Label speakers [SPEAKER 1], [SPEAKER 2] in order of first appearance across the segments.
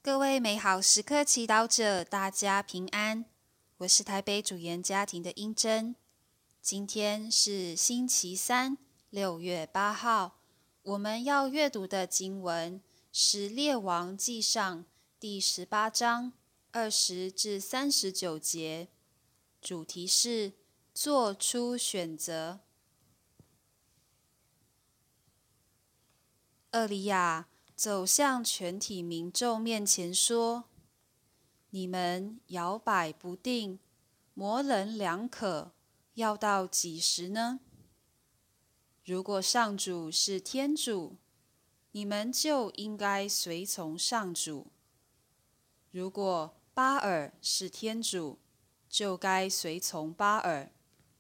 [SPEAKER 1] 各位美好时刻祈祷者，大家平安。我是台北主研家庭的英珍。今天是星期三，6月8号。我们要阅读的经文是《列王纪上》第18章20至39节，主题是做出选择。厄里亚走向全体民众面前说：“你们摇摆不定，模棱两可，要到几时呢？如果上主是天主，你们就应该随从上主；如果巴尔是天主，就该随从巴尔。”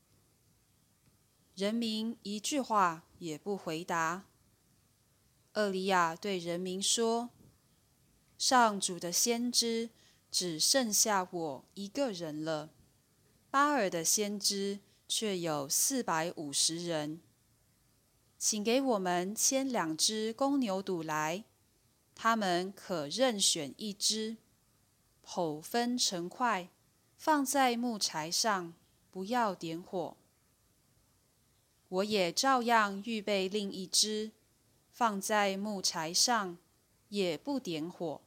[SPEAKER 1] 人民一句话也不回答。厄里亚对人民说：“上主的先知只剩下我一个人了，巴尔的先知却有450人。请给我们牵2只公牛犊来，他们可任选1只，剖分成块，放在木柴上，不要点火。我也照样预备另1只，放在木柴上，也不点火。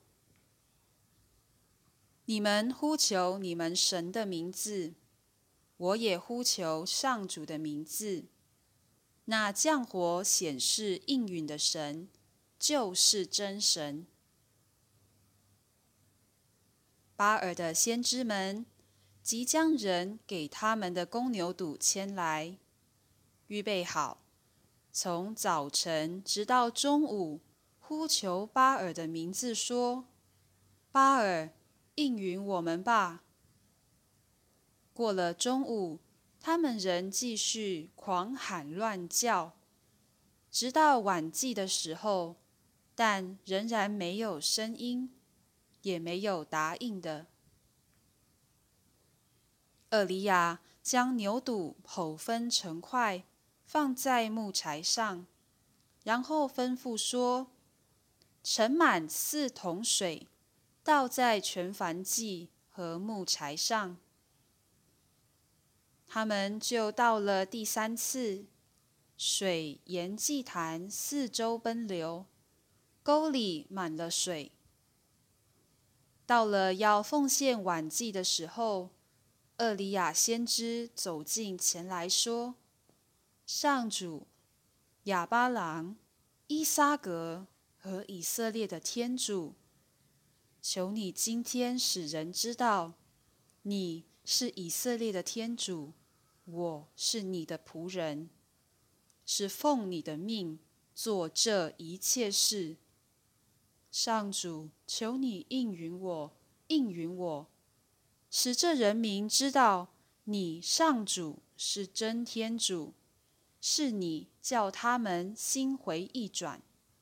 [SPEAKER 1] 你们呼求你们神的名字，我也呼求上主的名字。那降火显示应允的神，就是真神。巴尔的先知们即将人给他们的公牛犊牵来，预备好，从早晨直到中午，呼求巴尔的名字说：“巴尔，应允我们吧。”过了中午，他们仍继续狂喊乱叫，直到晚祭的时候，但仍然没有声音，也没有答应的。厄里亚将牛犊剖分成块，放在木柴上，然后吩咐说：“盛满4桶水，倒在全燔祭和木柴上。”他们就倒了第3次，水沿祭坛4周奔流，沟里满了水。到了要奉献晚祭的时候，厄里亚先知走近前来说：“上主，亚巴郎、伊撒格和以色列的天主，求你今天使人知道，你是以色列的天主，我是你的仆人，是奉你的命做这一切事。上主，求你应允我，使这人民知道你上主是真天主，是你叫他们心回意转。”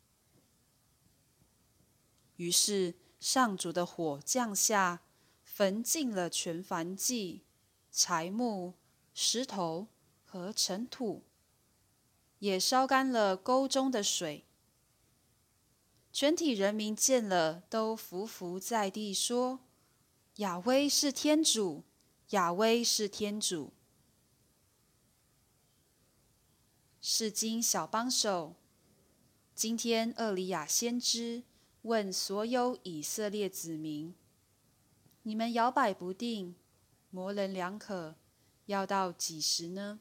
[SPEAKER 1] 于是上主的火降下，焚尽了全燔祭、柴木、石头和尘土，也烧干了沟中的水。全体人民见了，都伏伏在地说：“亚威是天主，亚威是天主。”释经小帮手，今天厄里亚先知问所有以色列子民：“你们摇摆不定，模棱两可，要到几时呢？”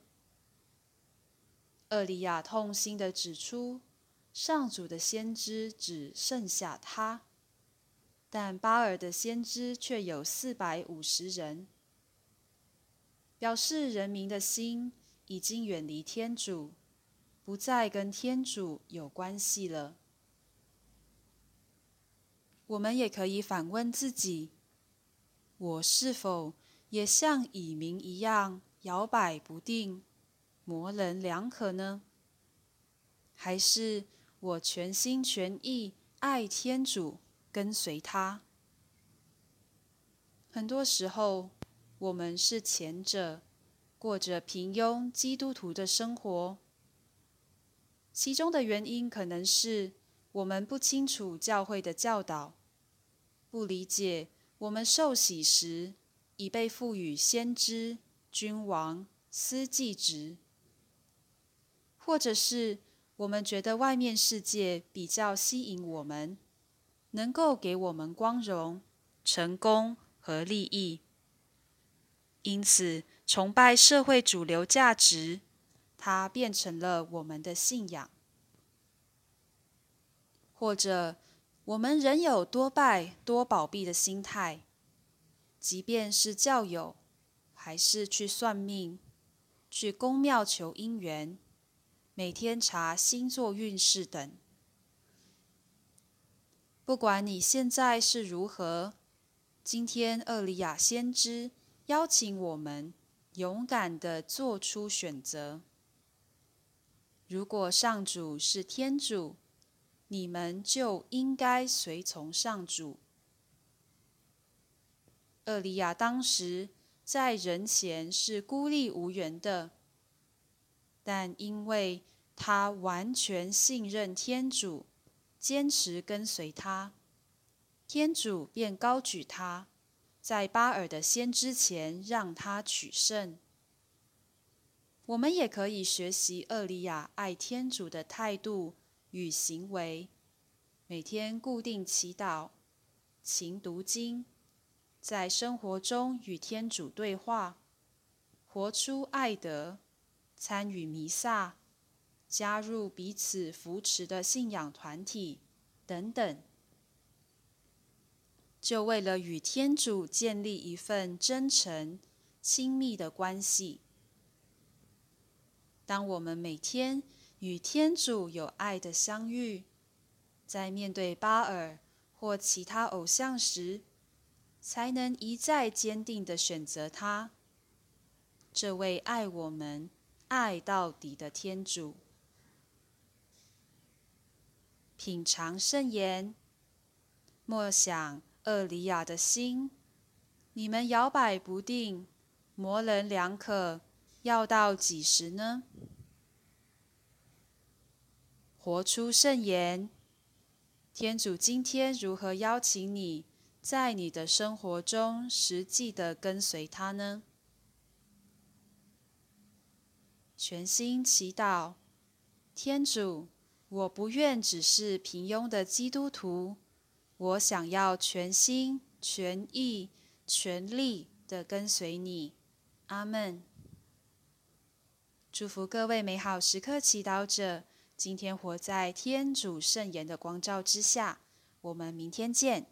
[SPEAKER 1] 厄里亚痛心地指出，上主的先知只剩下他，但巴尔的先知却有450人，表示人民的心已经远离天主，不再跟天主有关系了。我们也可以反问自己：我是否也像以民一样摇摆不定、模棱两可呢？还是我全心全意爱天主，跟随他？很多时候，我们是前者，过着平庸基督徒的生活。其中的原因可能是我们不清楚教会的教导， 不理解我们受洗时已被赋予先知、君王、司祭职，或者是我们觉得外面世界比较吸引我们，能够给我们光荣、成功和利益，因此崇拜社会主流价值，它变成了我们的信仰。或者我们仍有多拜多保庇的心态，即便是教友，还是去算命、去宫庙求姻缘、每天查星座运势等。不管你现在是如何，今天厄里亚先知邀请我们勇敢地做出选择。如果上主是天主，你们就应该随从上主。厄里亚当时在人前是孤立无援的，但因为他完全信任天主，坚持跟随他，天主便高举他，在巴尔的先知前让他取胜。我们也可以学习厄里亚爱天主的态度与行为，每天固定祈祷、勤读经，在生活中与天主对话，活出爱德，参与弥撒，加入彼此扶持的信仰团体等等，就为了与天主建立一份真诚、亲密的关系。当我们每天与天主有爱的相遇，在面对巴尔或其他偶像时，才能一再坚定地选择他，这位爱我们、爱到底的天主。品尝圣言，默想厄里亚的心，你们摇摆不定，模棱两可，要到几时呢？活出圣言，天主今天如何邀请你在你的生活中实际地跟随他呢？全心祈祷，天主，我不愿只是平庸的基督徒，我想要全心、全意、全力地跟随你。阿们。祝福各位美好时刻祈祷者，今天活在天主圣言的光照之下。我们明天见。